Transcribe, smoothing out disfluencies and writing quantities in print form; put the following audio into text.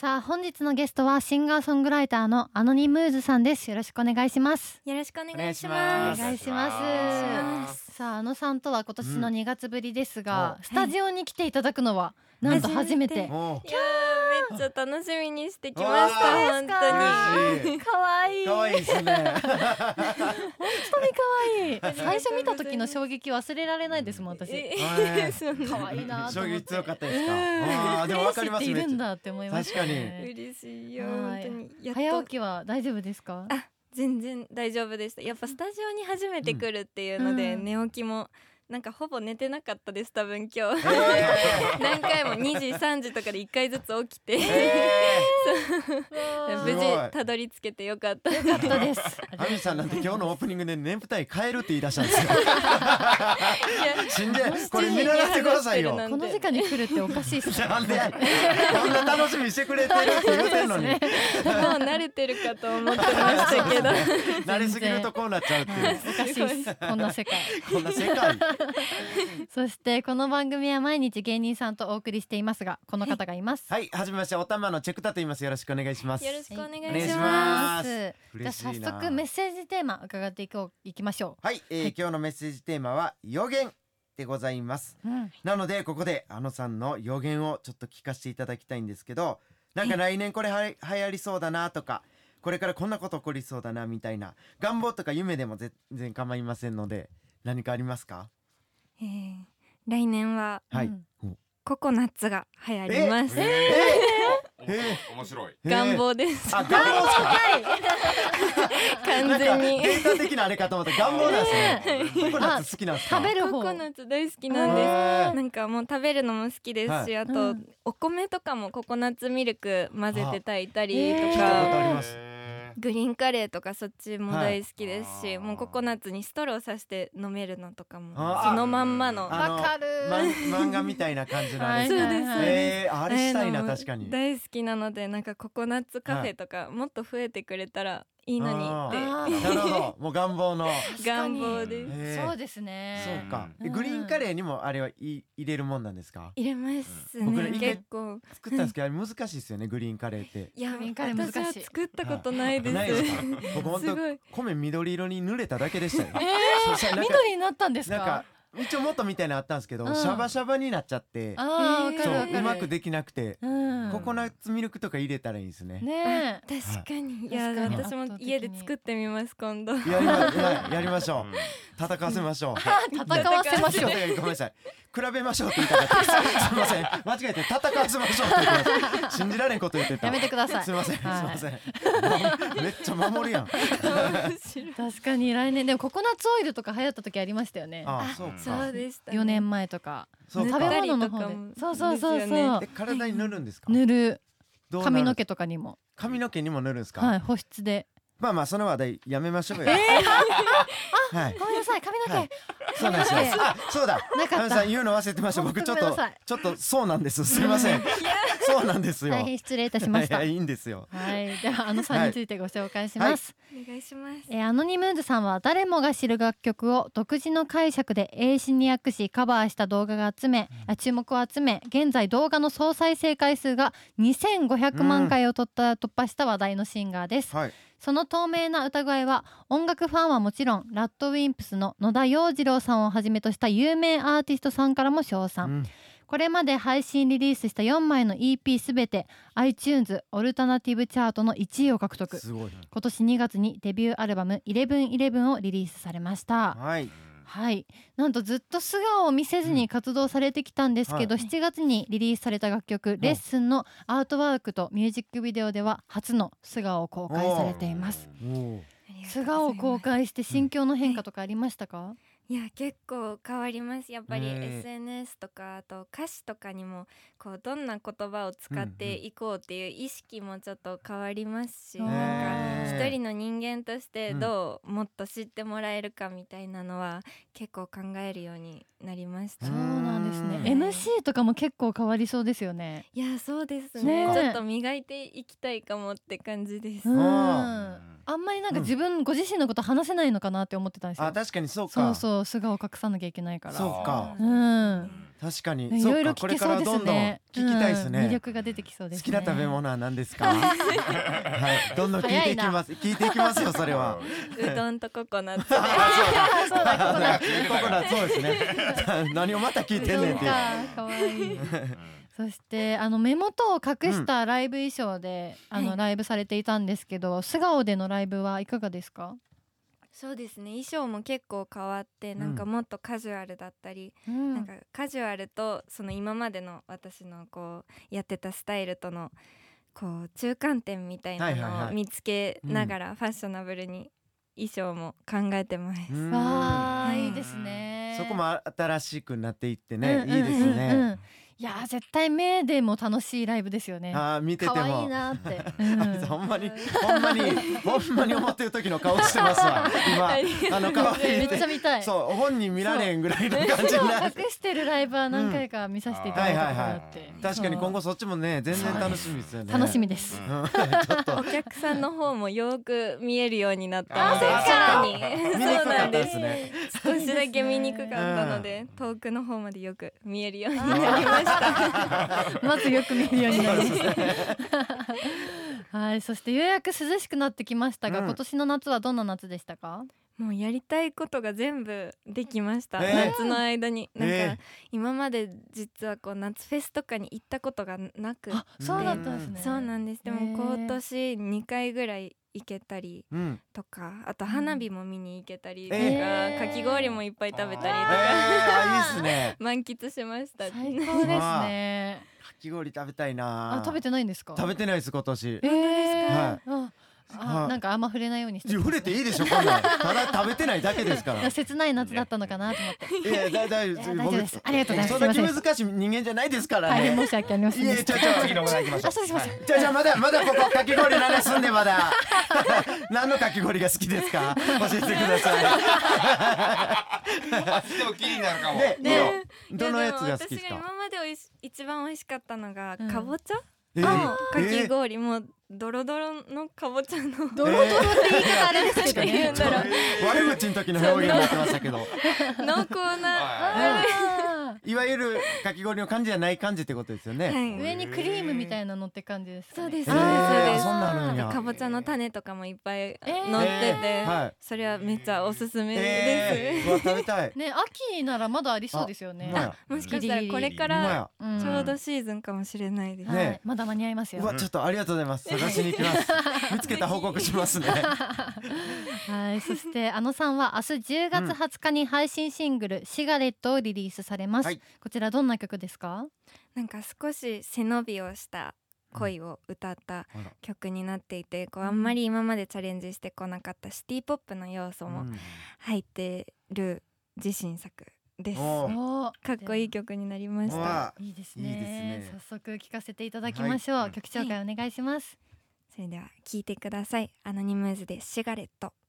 さあ本日のゲストはシンガーソングライターのアノニムーズさんです。よろしくお願いします。 よろしくお願いします。 お願いします。さああのさんとは今年の2月ぶりですが、スタジオに来ていただくのはなんと初めて。 いやめっちゃ楽しみにしてきました。本当に可愛い。 可愛いですね。 本当に可愛い。最初見た時の衝撃忘れられないですもん私。可愛いなと思って。 衝撃強かったですか。でもわかります。 天使っているんだって思いました。 確かに。 嬉しいよ本当に。 早起きは大丈夫ですか？ 全然大丈夫でした。やっぱスタジオに初めて来るっていうので、寝起きもなんかほぼ寝てなかったです。多分今日何回も2時3時とかで1回ずつ起きて無事たどり着けてよかったです。 アミさんなんて今日のオープニングでネプタイ変えるって言い出したんですよ。信じこれ見習ってくださいよ。 この時間に来るっておかしいっすね。 なんでこんな楽しみしてくれてるって言ってんのに。もう慣れてるかと思ってましたけど慣れすぎるとこうなっちゃうっていう。 おかしいっす。こんな世界。 こんな世界。 そしてこの番組は毎日芸人さんとお送りしていますが、この方がいます。 はい、はじめまして、おたまのチェクタと言います。よろしくお願いします。 よろしくお願いしいしまます。 じゃあ早速メッセージテーマ伺っていきましょう。 はい、今日のメッセージテーマは予言でございます。なのでここであのさんの予言をちょっと聞かせていただきたいんですけど、なんか来年これ流行りそうだなとか、これからこんなこと起こりそうだなみたいな願望とか夢でも全然構いませんので、何かありますか？ 来年はココナッツが流行ります。 面白い。 願望です。 願望完全にデータ的なあれかと思った。願望なんですね。ココナッツ好きなんですか？ 食べる方。 ココナッツ大好きなんです。なんかもう食べるのも好きですし、あとお米とかもココナッツミルク混ぜて炊いたりとか、グリーンカレーとかそっちも大好きですし、もうココナッツにストローさして飲めるのとかもそのまんまの。 わかる。 漫画みたいな感じのあれ。 そうです。 あれしたいな。確かに大好きなので、なんかココナッツカフェとかもっと増えてくれたらいいのにって。 なるほど、もう願望の願望です。 そうですね。 そうか。グリーンカレーにもあれは入れるもんなんですか？ 入れますね。結構作ったんですけど、難しいですよね、グリーンカレーって。 いや、私は作ったことないです。 ないですか？僕本当米緑色に濡れただけでしたよ。 緑になったんですか？ なんか一応もっとみたいなのあったんですけど、シャバシャバになっちゃって、そううまくできなくて、ココナッツミルクとか入れたらいいんですね。 ね、 確かに。いや、私も家で作ってみます今度。 やりましょう。戦わせましょう。 戦わせましょう。 ごめんなさい。比べましょうって言いたかったです。すみません。間違えて戦わせましょうって言ってます。信じられんこと言ってた。 やめてください。 すみません。めっちゃ守るやん。 確かに来年でもココナッツオイルとか流行った時ありましたよね。 そうでした。 4年前とか。食べ物の方で。そう。 体に塗るんですか？ 塗る。髪の毛とかにも。 髪の毛にも塗るんですか？ はい、保湿で。 まあその話題やめましょうよ。 はい。ごめんなさい、髪の毛。 そうなんですよ。そうだ。神さん言うの忘れてました。僕ちょっとそうなんです。すみません。そうなんですよ。 大変失礼いたしました。 いいんですよ。 はい。ではあのさんについてご紹介します。 お願いします。 アノニムーズさんは誰もが知る楽曲を独自の解釈で英詞に訳しカバーした動画が注目を集め、現在動画の総再生回数が2500万回を突破した話題のシンガーです。その透明な歌声は音楽ファンはもちろん、ラッドウィンプスの野田洋次郎さんをはじめとした有名アーティストさんからも称賛。これまで配信リリースした4枚の EP すべて iTunes オルタナティブチャートの1位を獲得。今年2月にデビューアルバム1111をリリースされました。なんとずっと素顔を見せずに活動されてきたんですけど、7月にリリースされた楽曲レッスンのアートワークとミュージックビデオでは初の素顔を公開されています。素顔を公開して心境の変化とかありましたか？ いや、結構変わります。やっぱり SNS とかあと歌詞とかにもこうどんな言葉を使っていこうっていう意識もちょっと変わりますし、なんか一人の人間としてどうもっと知ってもらえるかみたいなのは結構考えるようになりました。 そうなんですね。MC とかも結構変わりそうですよね。 いや、そうですね。ちょっと磨いていきたいかもって感じです。 あんまりなんか自分ご自身のこと話せないのかなって思ってたんですよ。 あ、確かにそうか。 そうそう、素顔隠さなきゃいけないから。 そうか。確かに。 いろいろこれから聞けそうですどんどん聞ね。 きたいですね。 魅力が出てきそうですね。 好きな食べ物は何ですか？はい、どんどん聞いていきます。聞いていきますよ、それは。 うどんとココナッツでそうだ、ココナッツ。 ココナッツ、そうですね。何をまた聞いてんねんっていう。 かわいい。そして目元を隠したライブ衣装で、ライブされていたんですけど、素顔でのライブはいかがですか？ そうですね、衣装も結構変わって、なんかもっとカジュアルだったり、なんかカジュアルとその今までの私のこうやってたスタイルとのこう中間点みたいなのを見つけながらファッショナブルに衣装も考えてます。 わー、いいですね。 そこも新しくなっていってね、いいですね。 いや絶対目でも楽しいライブですよね。 見てても可愛いなって。 ほんまに思ってる時の顔してますわ。今可愛いめっちゃ見たい。 そう、本人見られんぐらいの感じになって。 隠してるライブは何回か見させていただいたことがあって。 確かに今後そっちもね、全然楽しみですよね。 楽しみです。 お客さんの方もよく見えるようになったので、さらにそうなんですね。少しだけ見にくかったので、遠くの方までよく見えるようになりました。 まずよく見えるようになりました。はい、そしてようやく涼しくなってきましたが、今年の夏はどんな夏でしたか？ もうやりたいことが全部できました、夏の間に。なんか今まで実はこう夏フェスとかに行ったことがなくて。 そうだったんですね。 そうなんです。でも今年2回ぐらい行けたりとか、あと花火も見に行けたりとか、かき氷もいっぱい食べたりとか、 いいですね。 満喫しました。 最高ですね。 かき氷食べたいな。 食べてないんですか？ 食べてないです今年。 なんかあんま触れないようにして。 触れていいでしょ、こんなん。ただ食べてないだけですから。 切ない夏だったのかなと思って。 いや、大丈夫です。 ありがとうございます。 そんな気難しい人間じゃないですからね。 大変申し訳ありません。 いや、 次のお題行きましょう。 そうしましょう。 じゃあまだここかき氷何すんでまだ。何のかき氷が好きですか？教えてください。 でも気になるかも。 どのやつが好きですか？ 私が今まで一番美味しかったのがかぼちゃのかき氷、もうドロドロのかぼちゃのドロドロって言い方あれですけどね。 悪口の時の表現になってましたけど、 濃厚な、 いわゆるかき氷の感じじゃない感じってことですよね。 上にクリームみたいなのって感じですかね。 そうです、そうです。 そんなのや。 かぼちゃの種とかもいっぱい乗ってて、それはめっちゃおすすめです。 食べたい。 ね、秋ならまだありそうですよね。 もしかしたらこれからちょうどシーズンかもしれないです。 まだ間に合いますよ。 ちょっとありがとうございます。探しに行きます。見つけた報告しますね。 はい、そしてさんは明日10月20日に配信シングルシガレットをリリースされます。こちらどんな曲ですか？ なんか少し背伸びをした恋を歌った曲になっていて、こうあんまり今までチャレンジしてこなかったシティポップの要素も入ってる自信作です。かっこいい曲になりました。 いいですね。早速聴かせていただきましょう。曲紹介お願いします。 それでは聴いてください。アノニムーズでシガレット。